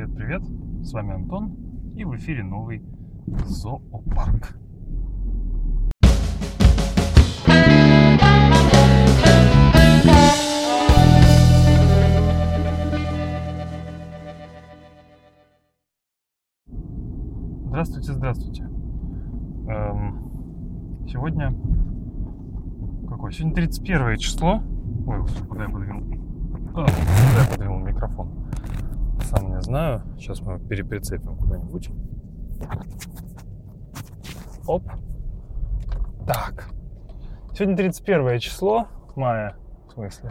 Привет, с вами Антон, и в эфире новый зоопарк. Здравствуйте. Сегодня какое? Сегодня 31 число. Ой, куда я подвинул? Куда я подвинул микрофон? Сам не знаю. Сейчас мы его переприцепим куда-нибудь. Оп. Так. Сегодня 31 число мая, в смысле,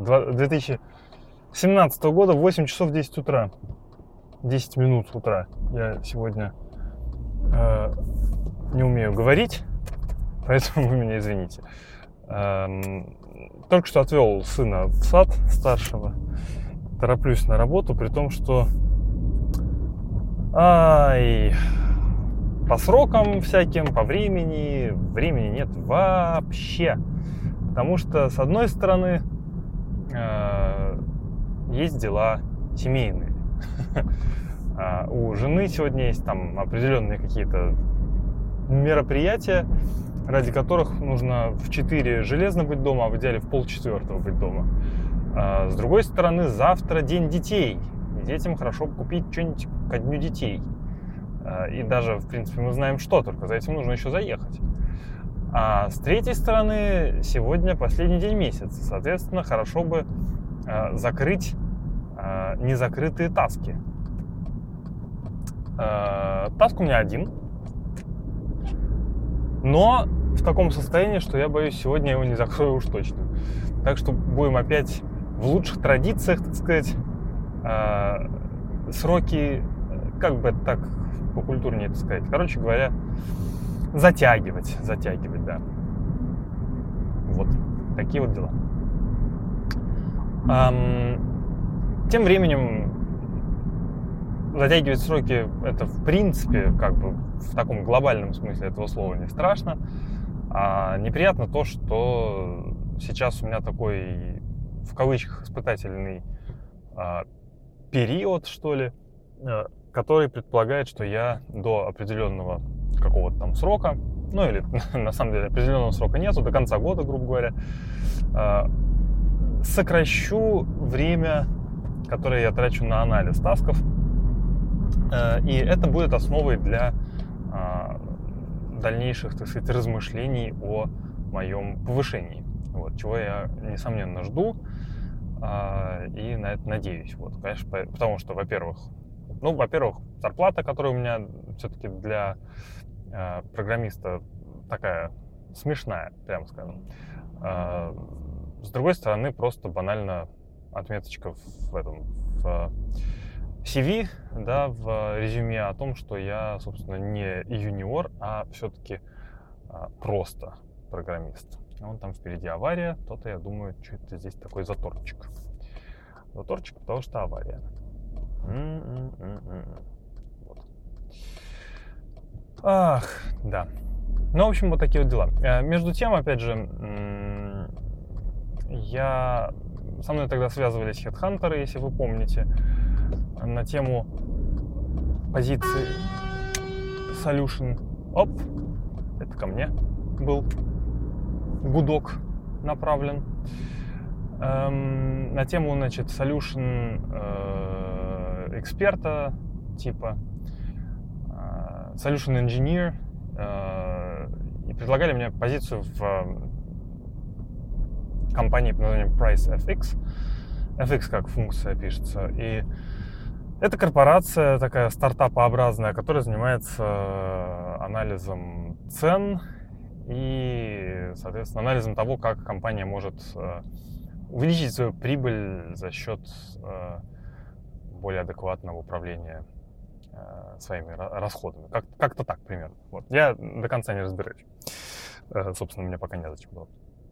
2017 года, 8 часов 10 утра. 10 минут утра. Я сегодня не умею говорить, поэтому вы меня извините. Только что отвел сына в сад старшего. Тороплюсь на работу, при том, что по срокам всяким, по времени нет вообще. Потому что, с одной стороны, есть дела семейные. У жены сегодня есть там определенные какие-то мероприятия, ради которых нужно в 4 железно быть дома, а в идеале в 3:30 быть дома. С другой стороны, завтра день детей. И детям хорошо бы купить что-нибудь ко дню детей. И даже, в принципе, мы знаем что, только за этим нужно еще заехать. А с третьей стороны, сегодня последний день месяца. Соответственно, хорошо бы закрыть незакрытые таски. Таск у меня один. Но в таком состоянии, что я боюсь, сегодня его не закрою уж точно. Так что будем опять в лучших традициях, так сказать, сроки, как бы так покультурнее это сказать. Короче говоря, затягивать, да. Вот, такие вот дела. Тем временем, затягивать сроки, это в принципе, как бы в таком глобальном смысле этого слова не страшно. А неприятно то, что сейчас у меня такой, в кавычках, испытательный период, что ли, который предполагает, что я до определенного какого-то там срока, ну или на самом деле определенного срока нету, до конца года, грубо говоря, сокращу время, которое я трачу на анализ тасков. И это будет основой для дальнейших, так сказать, размышлений о моем повышении. Вот, чего я, несомненно, жду и на это надеюсь. Вот, конечно, потому что, во-первых, зарплата, которая у меня все-таки для программиста такая смешная, прямо скажем. С другой стороны, просто банально отметочка в CV, да, в резюме о том, что я, собственно, не юниор, а все-таки просто программист. Вон там впереди авария, то-то я думаю, что это здесь такой заторчик. Заторчик, потому что авария. Вот. Ах, да. Ну, в общем, вот такие вот дела. Между тем, опять же, со мной тогда связывались хедхантеры, если вы помните, на тему позиции Solution. Оп, это ко мне был гудок направлен. На тему, значит, Solution эксперта, типа Solution Engineer, и предлагали мне позицию в компании под названием PriceFX. FX как функция пишется. И это корпорация такая стартапообразная, которая занимается анализом цен и, соответственно, анализом того, как компания может увеличить свою прибыль за счет более адекватного управления своими расходами. Как-то так примерно. Вот. Я до конца не разбираюсь. Собственно, мне пока незачем было.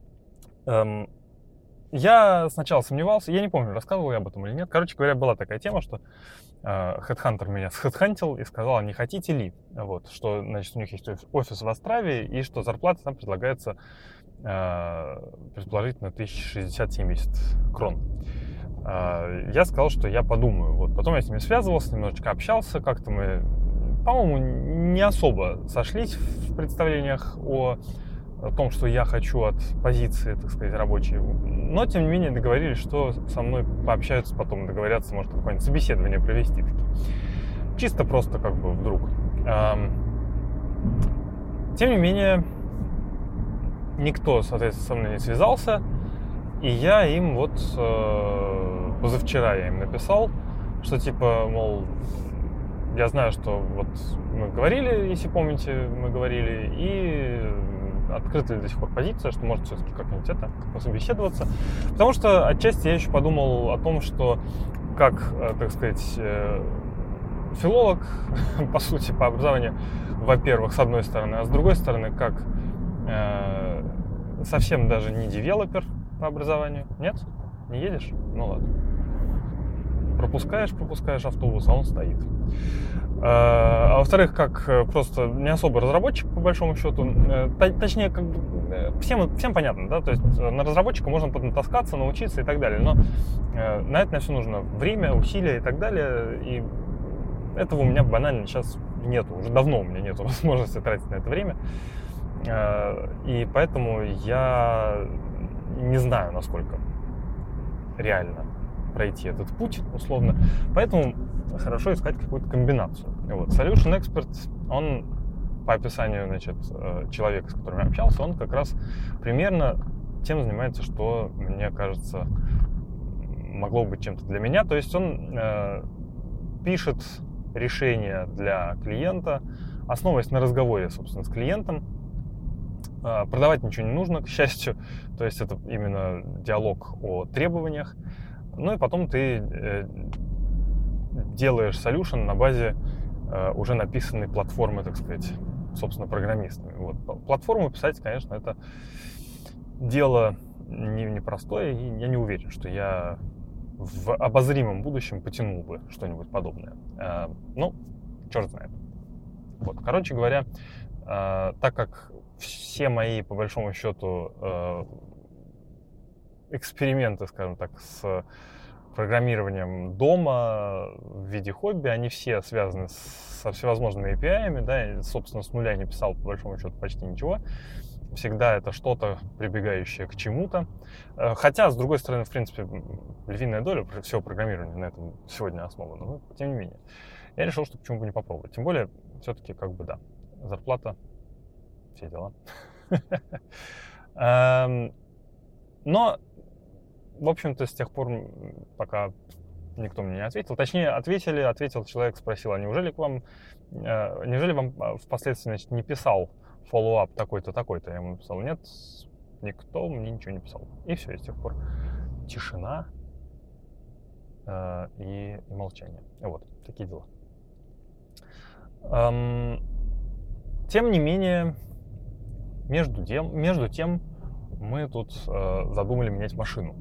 Я сначала сомневался, я не помню, рассказывал я об этом или нет. Короче говоря, была такая тема, что хедхантер меня схедхантил и сказал, не хотите ли? Вот, что, значит, у них есть офис в Острове, и что зарплата там предлагается предположительно 1060-70 крон. Я сказал, что я подумаю. Вот. Потом я с ними связывался, немножечко общался, как-то мы, по-моему, не особо сошлись в представлениях о том, что я хочу от позиции, так сказать, рабочей. Но, тем не менее, договорились, что со мной пообщаются потом, договорятся, может, какое-нибудь собеседование провести. Чисто просто как бы вдруг. Тем не менее, никто, соответственно, со мной не связался. И я им вот позавчера я им написал, что типа, мол, я знаю, что вот мы говорили, если помните, мы говорили, и открыта ли до сих пор позиция, что может все-таки как-нибудь это пособеседоваться. Потому что отчасти я еще подумал о том, что как, так сказать, филолог, по сути, по образованию, во-первых, с одной стороны, а с другой стороны, как совсем даже не девелопер по образованию. Нет? Не едешь? Ну ладно. Пропускаешь автобус, а он стоит. А во-вторых, как просто не особо разработчик, по большому счету. Точнее, как бы всем понятно, да? То есть на разработчика можно поднатаскаться, научиться и так далее. Но на это все нужно время, усилия и так далее. И этого у меня банально сейчас нету. Уже давно у меня нету возможности тратить на это время. И поэтому я не знаю, насколько реально пройти этот путь, условно. Поэтому хорошо искать какую-то комбинацию. Вот. Solution Expert, он по описанию, значит, человека, с которым я общался, он как раз примерно тем занимается, что, мне кажется, могло быть чем-то для меня. То есть он пишет решения для клиента, основываясь на разговоре, собственно, с клиентом. Продавать ничего не нужно, к счастью. То есть это именно диалог о требованиях. Ну и потом ты делаешь solution на базе уже написанной платформы, так сказать, собственно, программистами. Вот. Платформу писать, конечно, это дело непростое, и я не уверен, что я в обозримом будущем потянул бы что-нибудь подобное. Ну, черт знает. Вот. Короче говоря, так как все мои, по большому счету, эксперименты, скажем так, с программированием дома в виде хобби, они все связаны со всевозможными API-ами, да, и, собственно, с нуля не писал, по большому счету, почти ничего. Всегда это что-то, прибегающее к чему-то. Хотя, с другой стороны, в принципе, львиная доля всего программирования на этом сегодня основана, но тем не менее. Я решил, что почему бы не попробовать. Тем более, все-таки, как бы, да, зарплата, все дела. Но, в общем-то, с тех пор, пока никто мне не ответил. Точнее, ответил человек, спросил, а неужели вам впоследствии, значит, не писал follow-up такой-то, такой-то? Я ему написал, нет, никто мне ничего не писал. И все, и с тех пор тишина и молчание. Вот, такие дела. Тем не менее, между тем мы тут задумали менять машину.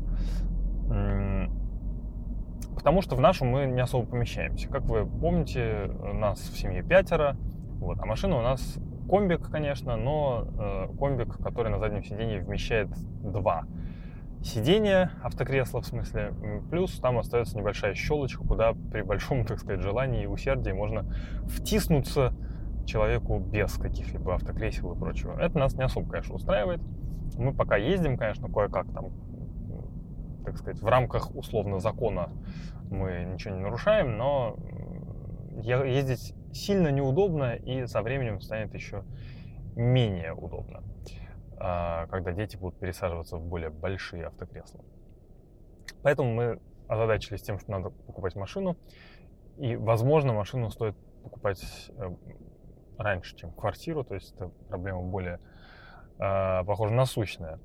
Потому что в нашу мы не особо помещаемся. Как вы помните, нас в семье 5, вот, а машина у нас комбик, конечно, но комбик, который на заднем сиденье вмещает 2 сиденья, автокресла в смысле, плюс там остается небольшая щелочка, куда при большом, так сказать, желании и усердии можно втиснуться человеку без каких-либо автокресел и прочего. Это нас не особо, конечно, устраивает. Мы пока ездим, конечно, кое-как там, так сказать, в рамках условно закона мы ничего не нарушаем, но ездить сильно неудобно и со временем станет еще менее удобно, когда дети будут пересаживаться в более большие автокресла. Поэтому мы озадачились тем, что надо покупать машину, и, возможно, машину стоит покупать раньше, чем квартиру, то есть это проблема более, похоже, насущная.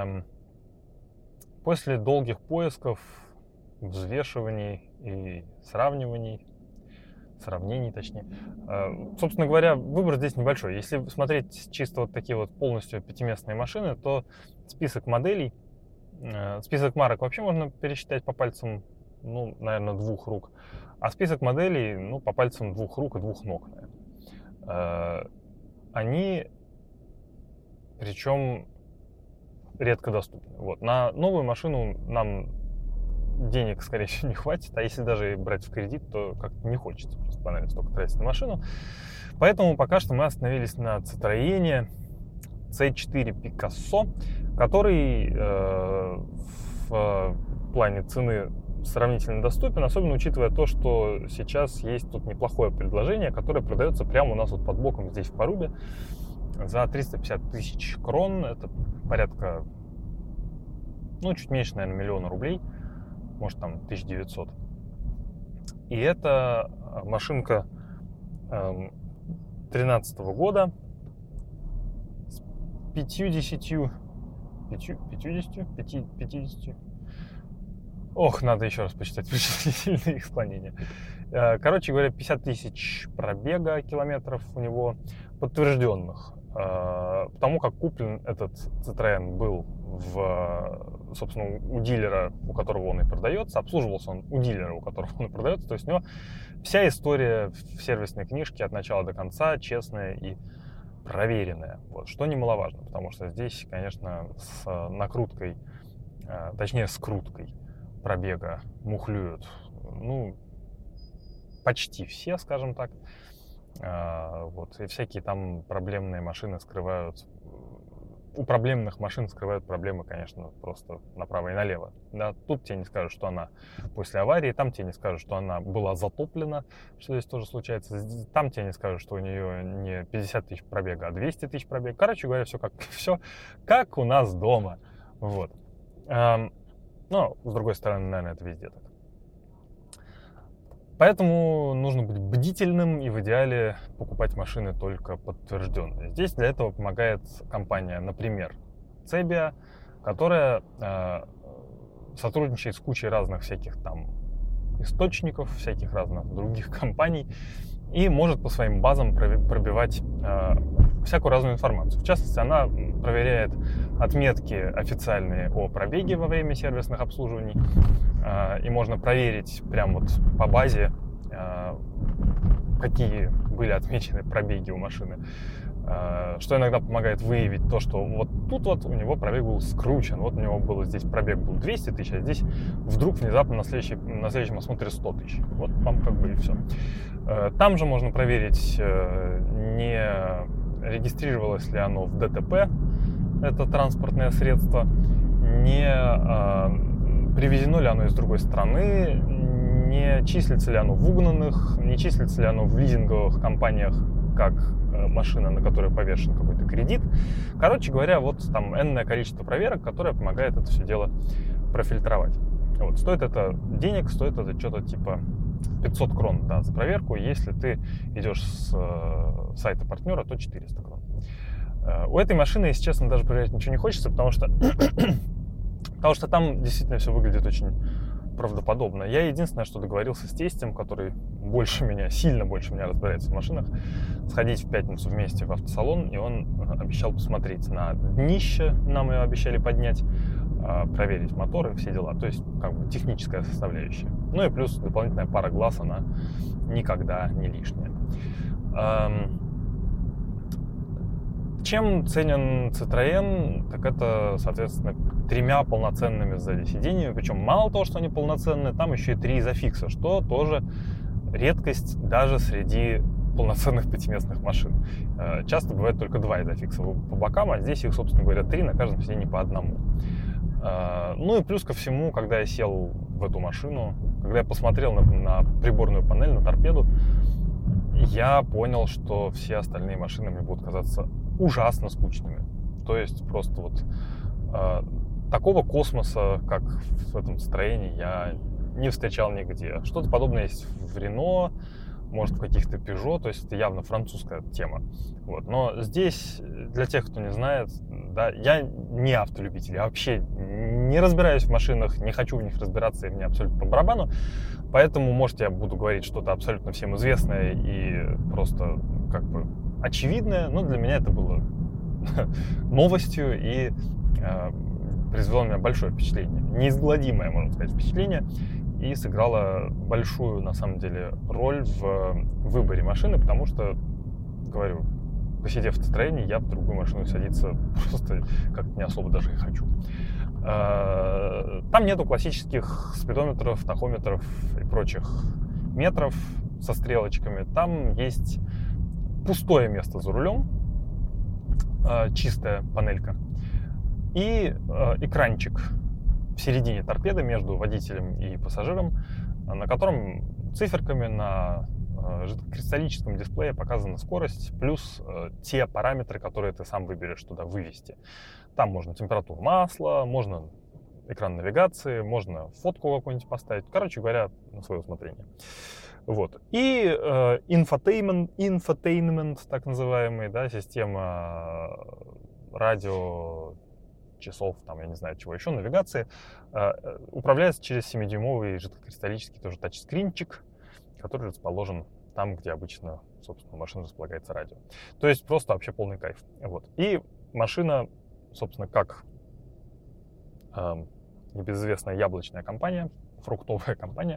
После долгих поисков, взвешиваний и сравнений, точнее, собственно говоря, выбор здесь небольшой. Если смотреть чисто вот такие вот полностью пятиместные машины, то список моделей, список марок вообще можно пересчитать по пальцам, ну, наверное, 2 рук, а список моделей, ну, по пальцам 2 рук и 2 ног, наверное. Они, причем, редко доступны. Вот. На новую машину нам денег, скорее всего, не хватит, а если даже брать в кредит, то как-то не хочется просто банально столько тратить на машину. Поэтому пока что мы остановились на Citroёn C4 Picasso, который в плане цены сравнительно доступен, особенно учитывая то, что сейчас есть тут неплохое предложение, которое продается прямо у нас вот под боком здесь в Порубе за 350 тысяч крон. Это порядка, чуть меньше, наверное, миллиона рублей, может, там 1900. И это машинка 2013 года с 50. Надо еще раз посчитать вычислительные их склонения. Короче говоря, 50 тысяч пробега километров у него подтвержденных. Потому как куплен этот Citroёn был собственно, у дилера, у которого он и продается. Обслуживался он у дилера, у которого он и продается. То есть у него вся история в сервисной книжке от начала до конца честная и проверенная. Вот, что немаловажно, потому что здесь, конечно, с накруткой, точнее, с круткой пробега мухлюют, почти все, скажем так. Вот, и всякие там проблемные машины скрывают. У проблемных машин скрывают проблемы, конечно, просто направо и налево. Да, тут тебе не скажут, что она после аварии, там тебе не скажут, что она была затоплена, что здесь тоже случается. Там тебе не скажут, что у нее не 50 тысяч пробега, а 200 тысяч пробега. Короче говоря, все как у нас дома. Вот. Но, с другой стороны, наверное, это везде так. Поэтому нужно быть бдительным и в идеале покупать машины только подтвержденные. Здесь для этого помогает компания, например, Cebia, которая сотрудничает с кучей разных всяких там источников, всяких разных других компаний и может по своим базам пробивать всякую разную информацию. В частности, она проверяет отметки официальные о пробеге во время сервисных обслуживаний. И можно проверить прямо вот по базе, какие были отмечены пробеги у машины. Что иногда помогает выявить то, что вот тут вот у него пробег был скручен. Вот у него было здесь пробег был 200 тысяч, а здесь вдруг внезапно на следующем осмотре 100 тысяч. Вот вам как бы и все. Там же можно проверить, не регистрировалось ли оно в ДТП, это транспортное средство, не привезено ли оно из другой страны, не числится ли оно в угнанных, не числится ли оно в лизинговых компаниях, как машина, на которой повешен какой-то кредит. Короче говоря, вот там энное количество проверок, которое помогает это все дело профильтровать. Вот. Стоит это денег, стоит это что-то типа 500 крон, да, за проверку. Если ты идешь с сайта партнера, то 400 крон. У этой машины, если честно, даже проверять ничего не хочется, потому что там действительно все выглядит очень правдоподобно. Я единственное, что договорился с тестем, который сильно больше меня разбирается в машинах, сходить в пятницу вместе в автосалон, и он обещал посмотреть на днище, нам ее обещали поднять, проверить моторы, все дела. То есть, как бы, техническая составляющая. Ну и плюс дополнительная пара глаз, она никогда не лишняя. Чем ценен Citroёn, так это, соответственно, 3 полноценными сзади сиденьями. Причем мало того, что они полноценные, там еще и 3 изофикса, что тоже редкость даже среди полноценных пятиместных машин. Часто бывает только 2 изофикса по бокам, а здесь их, собственно говоря, 3, на каждом сиденье по одному. Ну и плюс ко всему, когда я сел в эту машину, когда я посмотрел на приборную панель, на торпеду, я понял, что все остальные машины мне будут казаться ужасно скучными. То есть просто вот такого космоса, как в этом Citroёn, я не встречал нигде. Что-то подобное есть в Renault, может, в каких-то Peugeot, то есть это явно французская тема. Вот. Но здесь, для тех, кто не знает, да, я не автолюбитель, я вообще не разбираюсь в машинах, не хочу в них разбираться, и мне абсолютно по барабану. Поэтому, может, я буду говорить что-то абсолютно всем известное и просто как бы очевидное, но для меня это было новостью и произвело на меня большое впечатление, неизгладимое, можно сказать, впечатление, и сыграло большую, на самом деле, роль в выборе машины, потому что, говорю, посидев в Citroёn, я в другую машину садиться просто как-то не особо даже и хочу. Там нету классических спидометров, тахометров и прочих метров со стрелочками. Там есть пустое место за рулем, чистая панелька, и экранчик в середине торпеды между водителем и пассажиром, на котором циферками на жидкокристаллическом дисплее показана скорость, плюс те параметры, которые ты сам выберешь туда вывести. Там можно температуру масла, можно экран навигации, можно фотку какую-нибудь поставить. Короче говоря, на свое усмотрение. Вот. И инфотейнмент, так называемый, да, система радио, часов, там, я не знаю, чего еще, навигации, управляется через 7-дюймовый жидкокристаллический тоже тачскринчик, который расположен там, где обычно, собственно, машина располагается радио. То есть просто вообще полный кайф. Вот. И машина, собственно, как небезызвестная яблочная компания, фруктовая компания,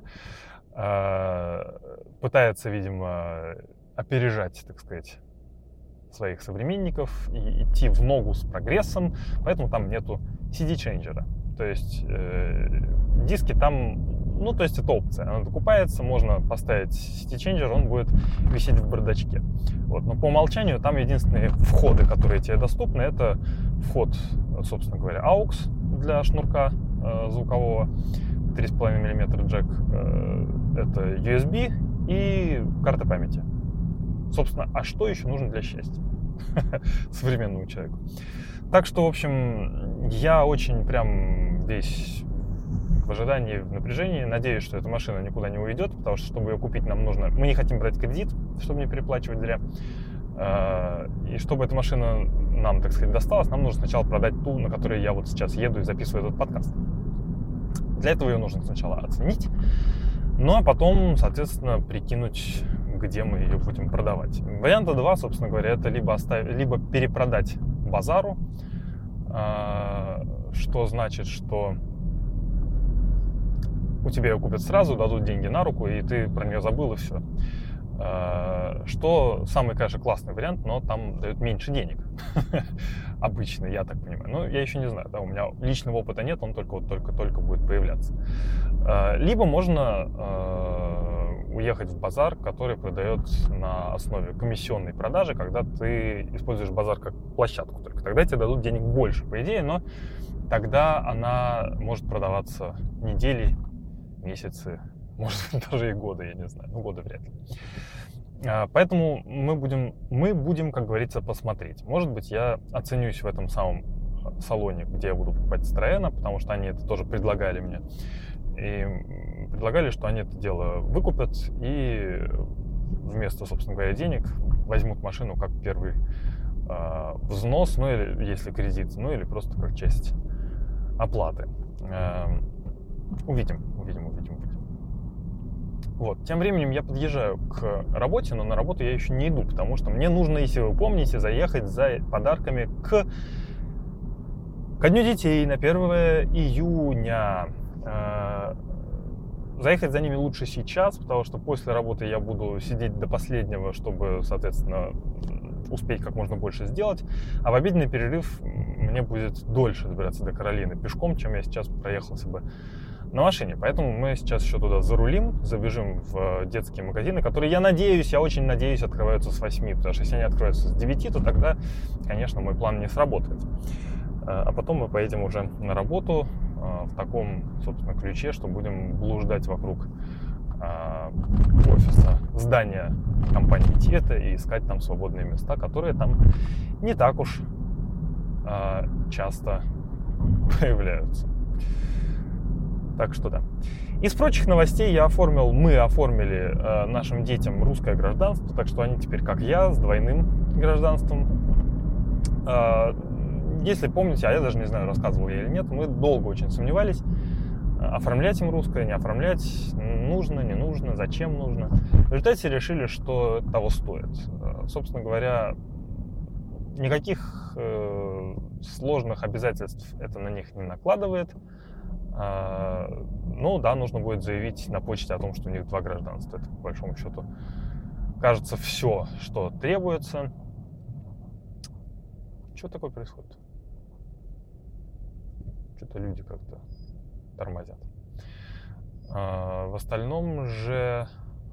пытается, видимо, опережать, так сказать, своих современников и идти в ногу с прогрессом, поэтому там нету CD-чейнджера. То есть диски там, ну, то есть это опция, она докупается, можно поставить CD-чейнджер, он будет висеть в бардачке. Вот. Но по умолчанию там единственные входы, которые тебе доступны, это вход, собственно говоря, AUX для шнурка звукового, 3,5 мм джек, это USB и карта памяти. Собственно, а что еще нужно для счастья современному человеку? Так что, в общем, я очень прям весь в ожидании, в напряжении. Надеюсь, что эта машина никуда не уйдет, потому что, чтобы ее купить, нам нужно... Мы не хотим брать кредит, чтобы не переплачивать зря. И чтобы эта машина нам, так сказать, досталась, нам нужно сначала продать ту, на которой я вот сейчас еду и записываю этот подкаст. Для этого ее нужно сначала оценить, ну а потом, соответственно, прикинуть, где мы ее будем продавать. Варианта 2, собственно говоря, это либо перепродать базару, что значит, что у тебя ее купят сразу, дадут деньги на руку, и ты про нее забыл, и все. Что самый, конечно, классный вариант, но там дают меньше денег. Обычно, я так понимаю. Ну, я еще не знаю, да, у меня личного опыта нет, он только будет появляться. Либо можно уехать в базар, который продает на основе комиссионной продажи, когда ты используешь базар как площадку. Только тогда тебе дадут денег больше, по идее, но тогда она может продаваться недели, месяцы, может быть, даже и годы, я не знаю. Ну, годы вряд ли. Поэтому мы будем, как говорится, посмотреть. Может быть, я оценюсь в этом самом салоне, где я буду покупать Citroёn, потому что они это тоже предлагали мне. И предлагали, что они это дело выкупят и вместо, собственно говоря, денег возьмут машину как первый взнос, ну или если кредит, ну или просто как часть оплаты. Увидим. Вот. Тем временем я подъезжаю к работе, но на работу я еще не иду, потому что мне нужно, если вы помните, заехать за подарками ко Дню детей на 1 июня. Заехать за ними лучше сейчас, потому что после работы я буду сидеть до последнего, чтобы, соответственно, успеть как можно больше сделать. А в обеденный перерыв мне будет дольше добираться до Каролины пешком, чем я сейчас проехался бы на машине. Поэтому мы сейчас еще туда зарулим, забежим в детские магазины, которые, я очень надеюсь, открываются с 8, потому что если они откроются с 9, то тогда, конечно, мой план не сработает. А потом мы поедем уже на работу в таком, собственно, ключе, что будем блуждать вокруг офиса, здания компании Тета и искать там свободные места, которые там не так уж часто появляются. Так что да. Из прочих новостей мы оформили нашим детям русское гражданство, так что они теперь, как я, с двойным гражданством. Если помните, а я даже не знаю, рассказывал я или нет, мы долго очень сомневались, оформлять им русское, не оформлять, нужно, не нужно, зачем нужно. В результате решили, что это того стоит. Собственно говоря, никаких сложных обязательств это на них не накладывает. Ну да, нужно будет заявить на почте о том, что у них 2 гражданства. Это, по большому счету, кажется, все, что требуется. Что такое происходит? что-то люди как-то тормозят. В остальном же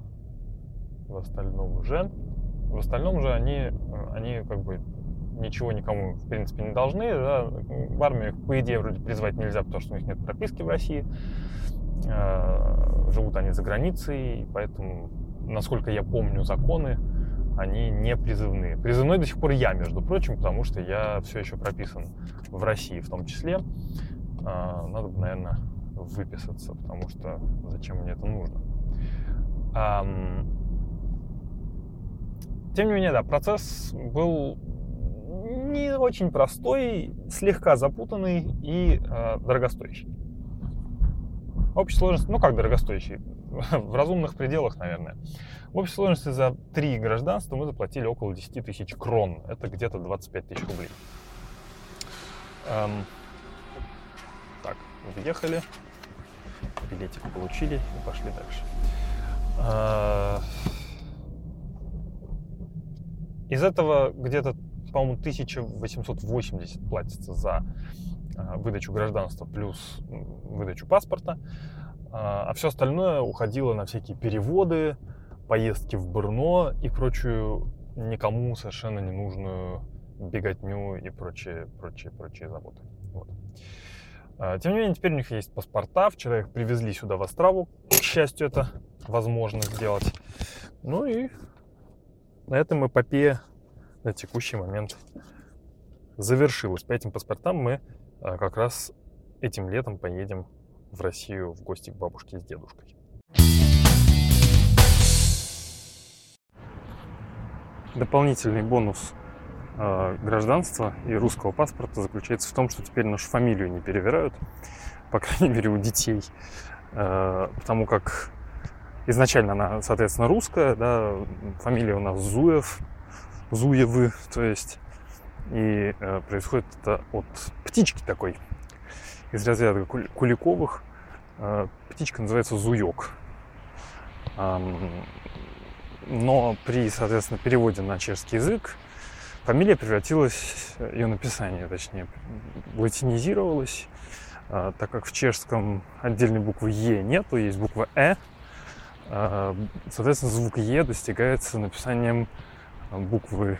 они как бы ничего никому, в принципе, не должны. Да? В армию их, по идее, вроде призвать нельзя, потому что у них нет прописки в России. Живут они за границей, и поэтому, насколько я помню законы, они не призывные. Призывной до сих пор я, между прочим, потому что я все еще прописан в России в том числе. Надо бы, наверное, выписаться, потому что зачем мне это нужно. Тем не менее, да, процесс был не очень простой, слегка запутанный и дорогостоящий. В общей сложности, ну как дорогостоящий, в разумных пределах, наверное. В общей сложности за 3 гражданства мы заплатили около 10 тысяч крон. Это где-то 25 тысяч рублей. Так, въехали, билетик получили и пошли дальше. Из этого где-то, по-моему, 1880 платится за выдачу гражданства плюс выдачу паспорта, а все остальное уходило на всякие переводы, поездки в Брно и прочую никому совершенно не нужную беготню и прочие заботы. Вот. Тем не менее, теперь у них есть паспорта. Вчера их привезли сюда в Острову. К счастью, это возможно сделать. Ну и на этом эпопея на текущий момент завершилась. По этим паспортам мы как раз этим летом поедем в Россию в гости к бабушке с дедушкой. Дополнительный бонус гражданства и русского паспорта заключается в том, что теперь нашу фамилию не перевирают, по крайней мере у детей, потому как изначально она, соответственно, русская, да, фамилия у нас Зуевы, то есть, и происходит это от птички такой, из разряда куликовых. Птичка называется Зуёк. Но при, соответственно, переводе на чешский язык фамилия превратилась, ее написание, точнее, латинизировалось, так как в чешском отдельной буквы Е нету, есть буква Э. Соответственно, звук Е достигается написанием буквы,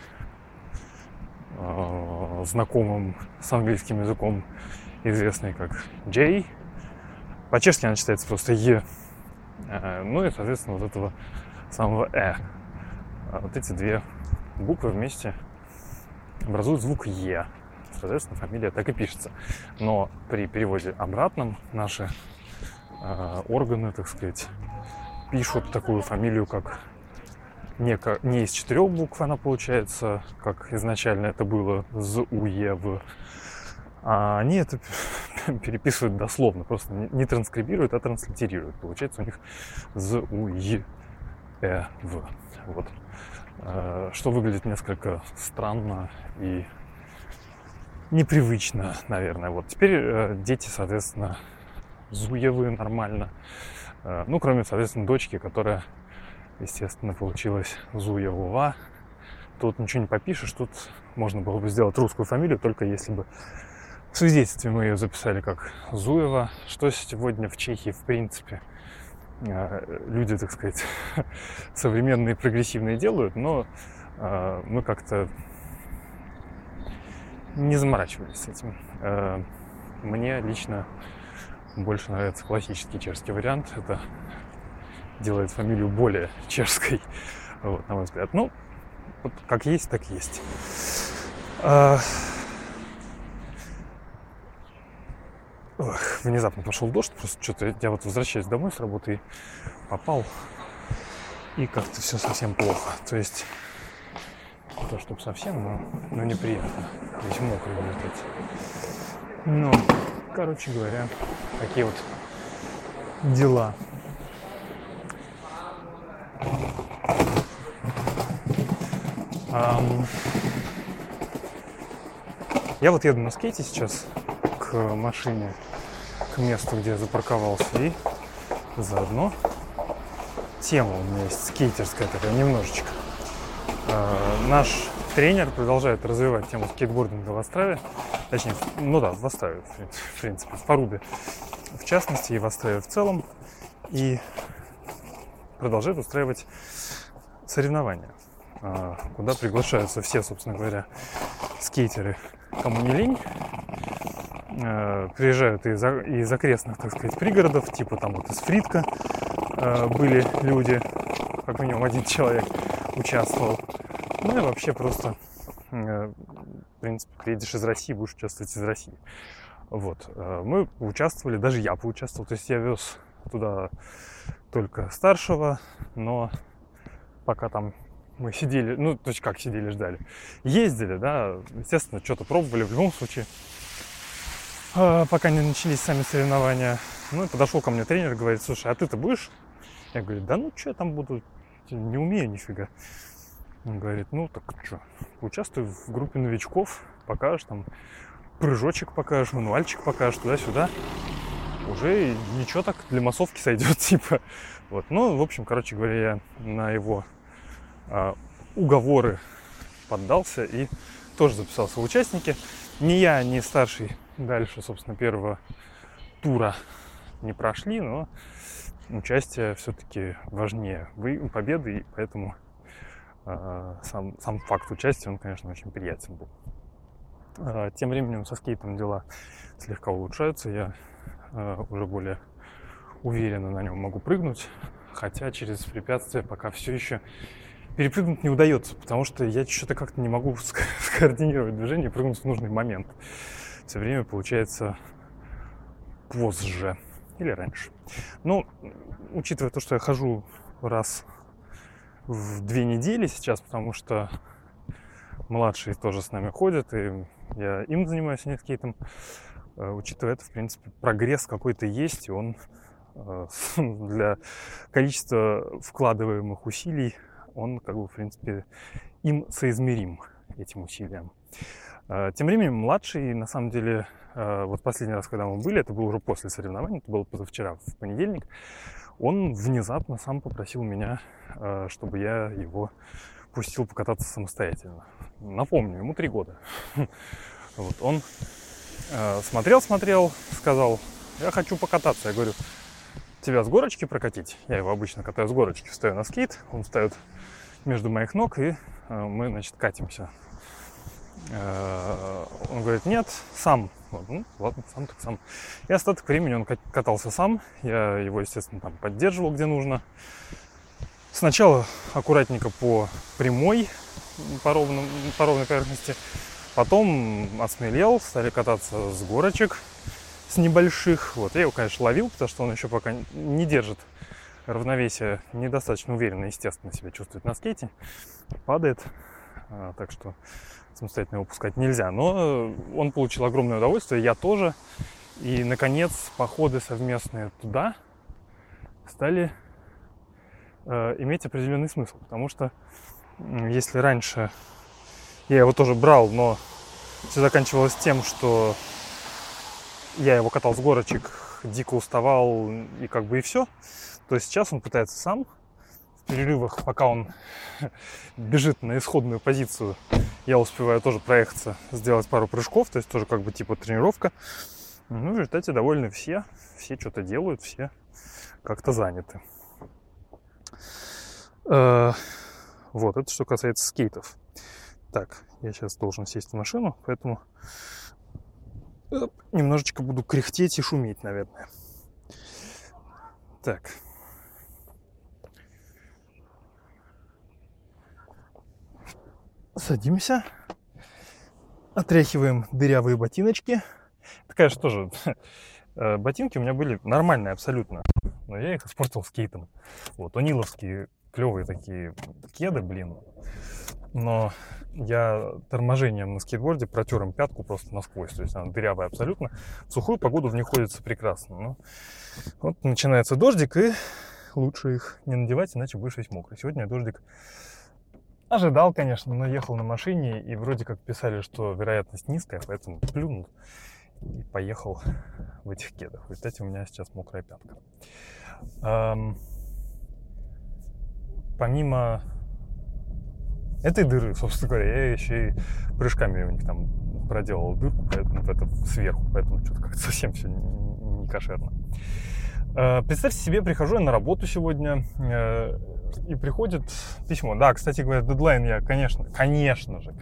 знакомым с английским языком, известной как J. По-чешски она читается просто Е. Ну и, соответственно, вот этого самого Э. Вот эти две буквы вместе образуют звук Е. Соответственно, фамилия так и пишется. Но при переводе обратном наши органы, так сказать, пишут такую фамилию, как не из 4 букв она получается, как изначально это было Зуев. А они это переписывают дословно, просто не транскрибируют, а транслитерируют. Получается у них Зуев. Вот. Что выглядит несколько странно и непривычно, наверное. Вот. Теперь дети, соответственно, Зуевы нормально. Ну, кроме, соответственно, дочки, которая, естественно, получилась Зуевова. Тут ничего не попишешь, тут можно было бы сделать русскую фамилию, только если бы в свидетельстве мы ее записали как Зуева, что сегодня в Чехии, в принципе, люди, так сказать, современные, прогрессивные делают, но мы как-то не заморачивались с этим. Мне лично больше нравится классический чешский вариант. Это делает фамилию более чешской, вот, на мой взгляд. Ну, вот как есть, так есть. Внезапно пошел дождь, просто что-то я вот возвращаюсь домой с работы и попал, и как-то все совсем плохо. То есть не то чтобы совсем, но неприятно. Весь мокрый летать. Ну, короче говоря, такие вот дела. Я вот еду на скейте сейчас к машине, к месту, где я запарковался, и заодно тема у меня есть скейтерская такая немножечко. Наш тренер продолжает развивать тему скейтбординга в Острове. Точнее, ну да, в Аставе, в принципе, в Порубе в частности и в Аставе в целом. И продолжает устраивать соревнования, куда приглашаются все, собственно говоря, скейтеры, кому не лень. Приезжают из окрестных, так сказать, пригородов, типа там вот из Фридка были люди, как минимум один человек участвовал. Ну и вообще просто, в принципе, приедешь из России, будешь участвовать из России. Вот. Мы участвовали, даже я поучаствовал, то есть я вез туда только старшего, но пока там мы сидели, ну, то есть как сидели, ждали, ездили, да, естественно, что-то пробовали в любом случае, пока не начались сами соревнования. Ну и подошел ко мне тренер, говорит: слушай, а ты-то будешь? Я говорю: да ну что я там буду, не умею нифига. Он говорит: ну так что, участвуй в группе новичков, покажешь там, прыжочек покажешь, мануальчик покажешь, туда-сюда. Уже ничего, так для массовки сойдет, типа. Вот. Ну, в общем, короче говоря, я на его уговоры поддался и тоже записался в участники. Ни я, ни старший дальше, собственно, первого тура не прошли, но участие все-таки важнее победы, и поэтому сам факт участия, он, конечно, очень приятен был. Тем временем со скейтом дела слегка улучшаются, я уже более уверенно на нем могу прыгнуть, хотя через препятствия пока все еще перепрыгнуть не удается, потому что я что-то как-то не могу скоординировать движение и прыгнуть в нужный момент. Все время получается позже или раньше. Но, учитывая то, что я хожу раз в 2 недели сейчас, потому что младшие тоже с нами ходят, и я им занимаюсь, а не скейтом, учитывая это, в принципе, прогресс какой-то есть, и он для количества вкладываемых усилий, он, как бы, в принципе, им соизмерим, этим усилиям. Тем временем младший, на самом деле, вот последний раз, когда мы были, это было уже после соревнований, это было позавчера, в понедельник, он внезапно сам попросил меня, чтобы я его пустил покататься самостоятельно. Напомню, ему 3 года. Вот, он смотрел, сказал: я хочу покататься. Я говорю: тебя с горочки прокатить? Я его обычно катаю с горочки, встаю на скейт, он встает между моих ног, и мы, значит, катимся. Он говорит: нет, сам. Ну, ладно, сам так сам. И остаток времени он катался сам. Я его, естественно, там поддерживал, где нужно. Сначала аккуратненько по прямой, по ровной поверхности. Потом осмелел, стали кататься с горочек, с небольших. Вот. Я его, конечно, ловил, потому что он еще пока не держит равновесие, недостаточно уверенно, естественно, себя чувствует на скейте. Падает. Так что самостоятельно его пускать нельзя. Но он получил огромное удовольствие, я тоже. И, наконец, походы совместные туда стали иметь определенный смысл. Потому что если раньше я его тоже брал, но все заканчивалось тем, что я его катал с горочек, дико уставал и как бы и все, то сейчас он пытается сам в перерывах, пока он бежит на исходную позицию, я успеваю тоже проехаться, сделать пару прыжков, то есть тоже как бы типа тренировка. Ну, в результате довольны все что-то делают, все как-то заняты. Вот, это что касается скейтов. Так, я сейчас должен сесть в машину, поэтому немножечко буду кряхтеть и шуметь, наверное. Так. Садимся. Отряхиваем дырявые ботиночки. Это, конечно, тоже ботинки у меня были нормальные абсолютно, но я их испортил скейтом. Вот, ониловские клевые такие кеды, блин. Но я торможением на скейтборде протер им пятку просто насквозь. То есть она дырявая абсолютно. В сухую погоду в них ходится прекрасно. Но вот начинается дождик, и лучше их не надевать, иначе будешь весь мокрый. Сегодня я дождик ожидал, конечно, но ехал на машине, и вроде как писали, что вероятность низкая, поэтому плюнул и поехал в этих кедах. В результате у меня сейчас мокрая пятка. Помимо этой дыры, собственно говоря, я еще и прыжками у них там проделал дырку сверху, поэтому что-то как-то совсем все не кошерно. Представьте себе, прихожу я на работу сегодня, и приходит письмо. Да, кстати говоря, дедлайн я, конечно же,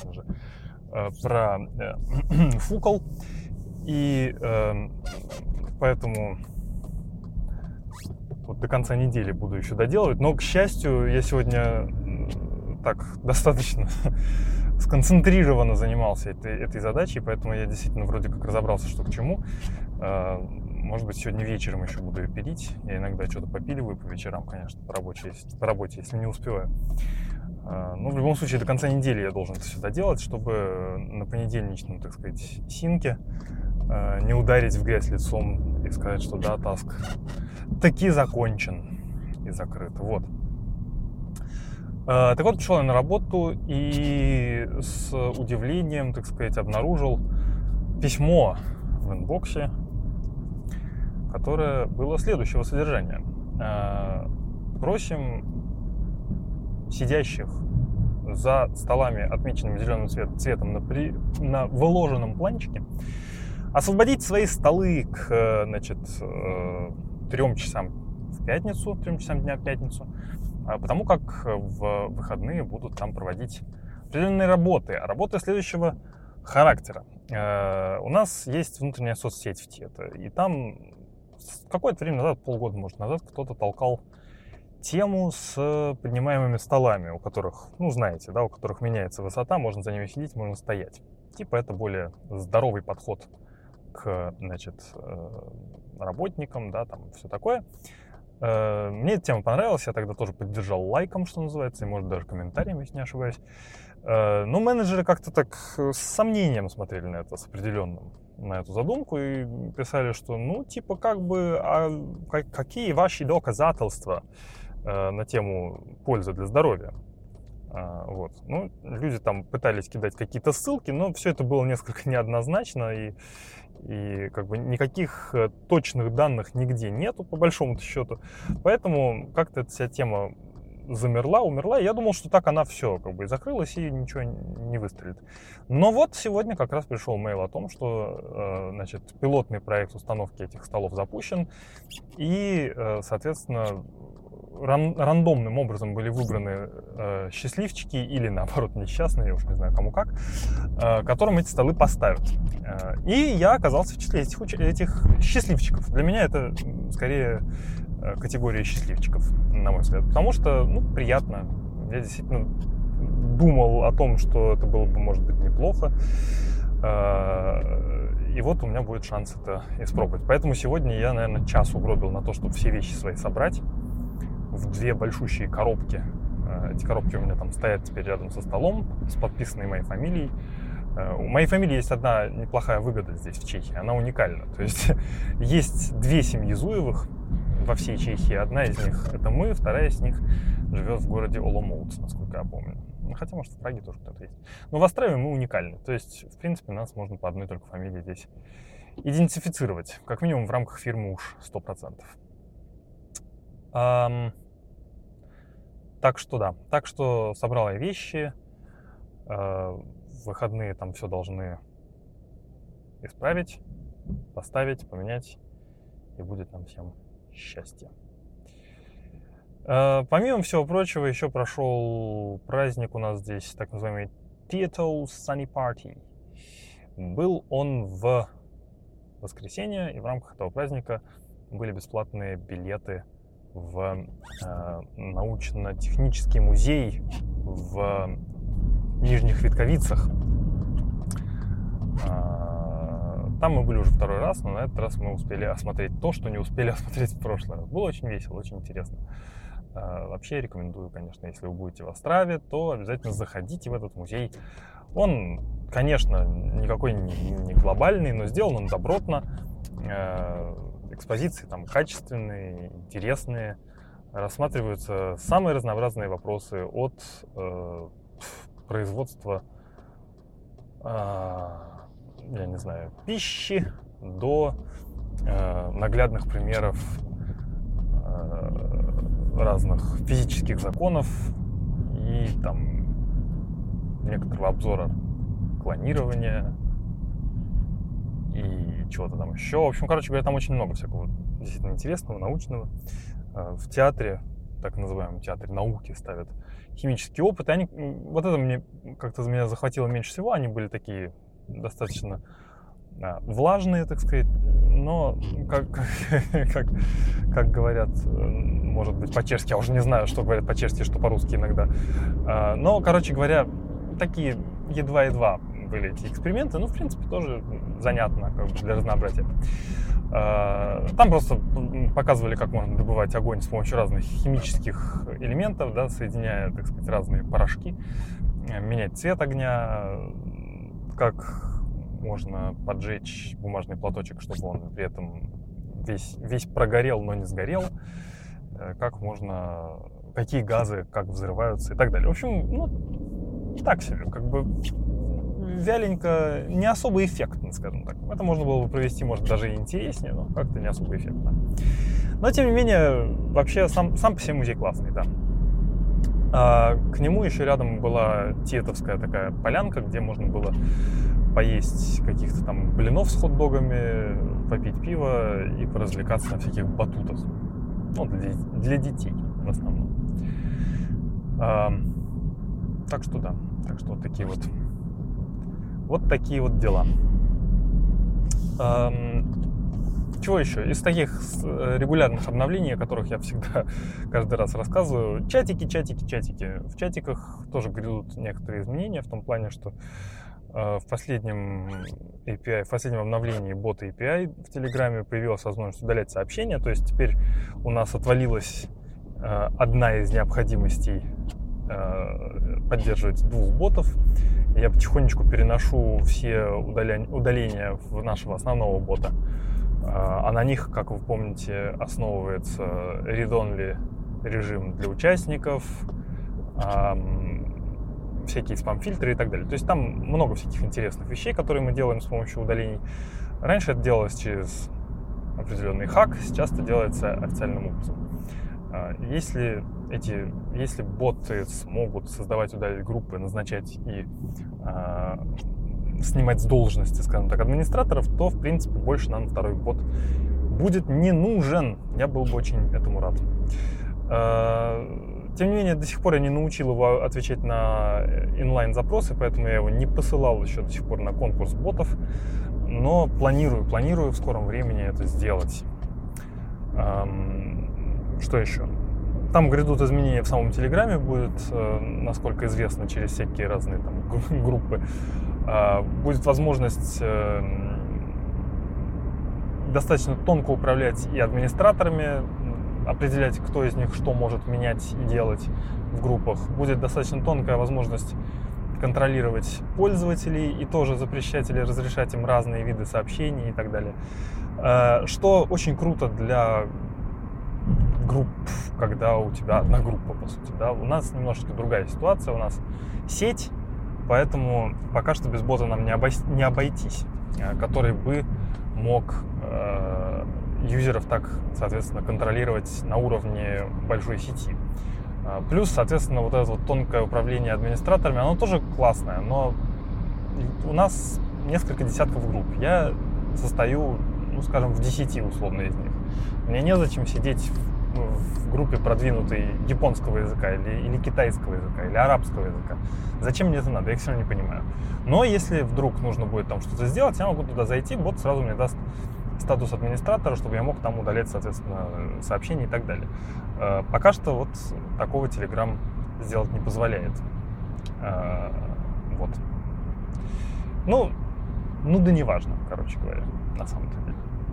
профукал, и поэтому вот до конца недели буду еще доделывать. Но, к счастью, я сегодня так достаточно сконцентрированно занимался этой задачей, поэтому я действительно вроде как разобрался, что к чему. Может быть, сегодня вечером еще буду ее пилить. Я иногда что-то попиливаю по вечерам, конечно, по работе, если не успеваю. Но в любом случае, до конца недели я должен это все доделать, чтобы на понедельничном, так сказать, синке не ударить в грязь лицом и сказать, что да, таск таки закончен и закрыт. Вот. Так вот, пришел я на работу и с удивлением, так сказать, обнаружил письмо в инбоксе, которое было следующего содержания. Просим сидящих за столами, отмеченными зеленым цветом на выложенном планчике, освободить свои столы к, 3 часам в пятницу, 3 часам дня в пятницу, потому как в выходные будут там проводить определенные работы. Работы следующего характера. У нас есть внутренняя соцсеть в Тета, и там какое-то время назад, полгода, может, назад, кто-то толкал тему с поднимаемыми столами, у которых, знаете, да, у которых меняется высота, можно за ними сидеть, можно стоять. Типа это более здоровый подход к, работникам, да, там все такое. Мне эта тема понравилась, я тогда тоже поддержал лайком, что называется, и, может, даже комментарием, если не ошибаюсь. Но менеджеры как-то так с сомнением смотрели на это, с определенным, на эту задумку, и писали, что, какие ваши доказательства на тему пользы для здоровья? Вот. Люди там пытались кидать какие-то ссылки, но все это было несколько неоднозначно, и как бы никаких точных данных нигде нету, по большому счету. Поэтому как-то эта вся тема умерла. И я думал, что так она все как бы и закрылась, и ничего не выстрелит. Но вот сегодня как раз пришел мейл о том, что, пилотный проект установки этих столов запущен, и, соответственно, рандомным образом были выбраны счастливчики или, наоборот, несчастные, я уж не знаю, кому как, которым эти столы поставят. И я оказался в числе этих счастливчиков. Для меня это скорее категория счастливчиков, на мой взгляд. Потому что, приятно. Я действительно думал о том, что это было бы, может быть, неплохо. И вот у меня будет шанс это испробовать. Поэтому сегодня я, наверное, час угробил на то, чтобы все вещи свои собрать в 2 большущие коробки. Эти коробки у меня там стоят теперь рядом со столом с подписанной моей фамилией. У моей фамилии есть одна неплохая выгода здесь, в Чехии. Она уникальна. То есть есть 2 семьи Зуевых во всей Чехии. Одна из них — это мы, вторая из них живет в городе Оломоуц, насколько я помню. Хотя, может, в Праге тоже кто-то есть. Но в Острове мы уникальны. То есть, в принципе, нас можно по одной только фамилии здесь идентифицировать. Как минимум в рамках фирмы уж 100%. Так что да. Так что собрал я вещи. В выходные там все должны исправить, поставить, поменять. И будет нам всем счастье. Помимо всего прочего, еще прошел праздник у нас здесь, так называемый Tieto Sunny Party. Был он в воскресенье, и в рамках этого праздника были бесплатные билеты в научно-технический музей в Нижних Витковицах. Там мы были уже 2-й раз, но на этот раз мы успели осмотреть то, что не успели осмотреть в прошлый раз. Было очень весело, очень интересно. Вообще рекомендую, конечно, если вы будете в Острове, то обязательно заходите в этот музей. Он, конечно, никакой не глобальный, но сделан он добротно. Экспозиции там качественные, интересные. Рассматриваются самые разнообразные вопросы от производства, я не знаю, пищи до наглядных примеров разных физических законов и там некоторого обзора клонирования и чего-то там еще. В общем, короче говоря, там очень много всякого действительно интересного, научного. В театре, так называемом театре науки, ставят химические опыты. Они, вот это мне как-то меня захватило меньше всего. Они были такие достаточно влажные, так сказать, но как говорят, может быть, по-чешски, я уже не знаю, что говорят по-чешски, что по-русски иногда. Но, короче говоря, такие едва-едва были эти эксперименты, ну, в принципе, тоже занятно, как бы, для разнообразия. Там просто показывали, как можно добывать огонь с помощью разных химических элементов, да, соединяя, так сказать, разные порошки, менять цвет огня, как можно поджечь бумажный платочек, чтобы он при этом весь прогорел, но не сгорел, как можно, какие газы, как взрываются и так далее. В общем, ну, так себе, как бы вяленько, не особо эффектно, скажем так. Это можно было бы провести, может, даже и интереснее, но как-то не особо эффектно. Но, тем не менее, вообще сам по себе музей классный, да. К нему еще рядом была Tietовская такая полянка, где можно было поесть каких-то там блинов с хот-догами, попить пиво и поразвлекаться на всяких батутах. Ну, для детей в основном. Так что да, так что вот такие вот дела. Чего еще? Из таких регулярных обновлений, о которых я всегда каждый раз рассказываю, чатики. В чатиках тоже грядут некоторые изменения в том плане, что в последнем API, в последнем обновлении бота API в Телеграме появилась возможность удалять сообщения. То есть теперь у нас отвалилась одна из необходимостей поддерживать 2 ботов. Я потихонечку переношу все удаления в нашего основного бота. А на них, как вы помните, основывается read-only режим для участников, всякие спам-фильтры и так далее. То есть там много всяких интересных вещей, которые мы делаем с помощью удалений. Раньше это делалось через определенный хак, сейчас это делается официальным образом. Если боты смогут создавать удалить группы, назначать и снимать с должности, скажем так, администраторов, то, в принципе, больше нам второй бот будет не нужен. Я был бы очень этому рад. Тем не менее, до сих пор я не научил его отвечать на инлайн-запросы, поэтому я его не посылал еще до сих пор на конкурс ботов, но планирую в скором времени это сделать. Что еще? Там грядут изменения в самом Телеграме, будет, насколько известно, через всякие разные там группы. Будет возможность достаточно тонко управлять и администраторами, определять, кто из них что может менять и делать в группах. Будет достаточно тонкая возможность контролировать пользователей и тоже запрещать или разрешать им разные виды сообщений и так далее. Что очень круто для групп, когда у тебя одна группа, по сути. Да? У нас немножечко другая ситуация, у нас сеть, поэтому пока что без бота нам не обойтись, который бы мог юзеров так, соответственно, контролировать на уровне большой сети. Плюс, соответственно, вот это вот тонкое управление администраторами, оно тоже классное, но у нас несколько десятков групп. Я состою, ну, скажем, в 10 условно из них. Мне незачем сидеть в группе продвинутой японского языка или китайского языка, или арабского языка. Зачем мне это надо? Я их все равно не понимаю. Но если вдруг нужно будет там что-то сделать, я могу туда зайти, бот сразу мне даст статус администратора, чтобы я мог там удалять, соответственно, сообщения и так далее. Пока что вот такого Telegram сделать не позволяет. Вот. Ну да неважно, короче говоря, на самом деле.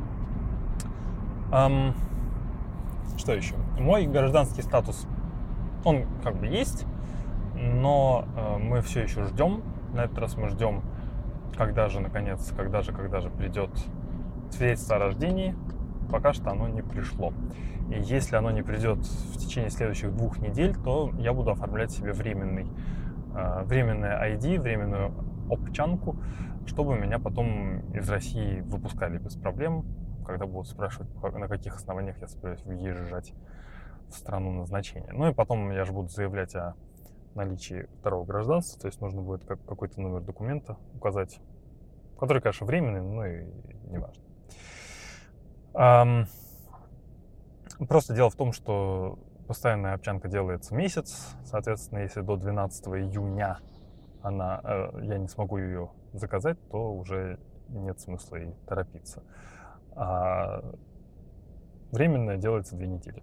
Что еще? Мой гражданский статус, он как бы есть, но мы все еще ждем. На этот раз мы ждем, когда же придет свидетельство о рождении. Пока что оно не пришло. И если оно не придет в течение следующих 2 недель, то я буду оформлять себе временное ID, временную опчанку, чтобы меня потом из России выпускали без проблем, когда будут спрашивать, на каких основаниях я собираюсь въезжать в страну назначения. Ну и потом я же буду заявлять о наличии второго гражданства, то есть нужно будет какой-то номер документа указать, который, конечно, временный, но и не важно. Просто дело в том, что постоянная обчанка делается месяц, соответственно, если до 12 июня я не смогу ее заказать, то уже нет смысла и торопиться. А временная делается 2 недели.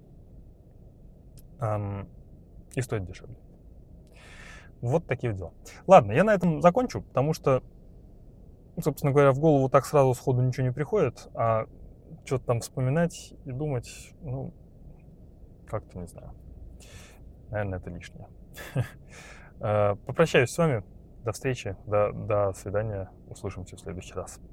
И стоит дешевле. Вот такие дела. Ладно, я на этом закончу, потому что, собственно говоря, в голову так сразу сходу ничего не приходит, а что-то там вспоминать и думать, как-то не знаю. Наверное, это лишнее. Попрощаюсь с вами. До встречи, до свидания. Услышимся в следующий раз.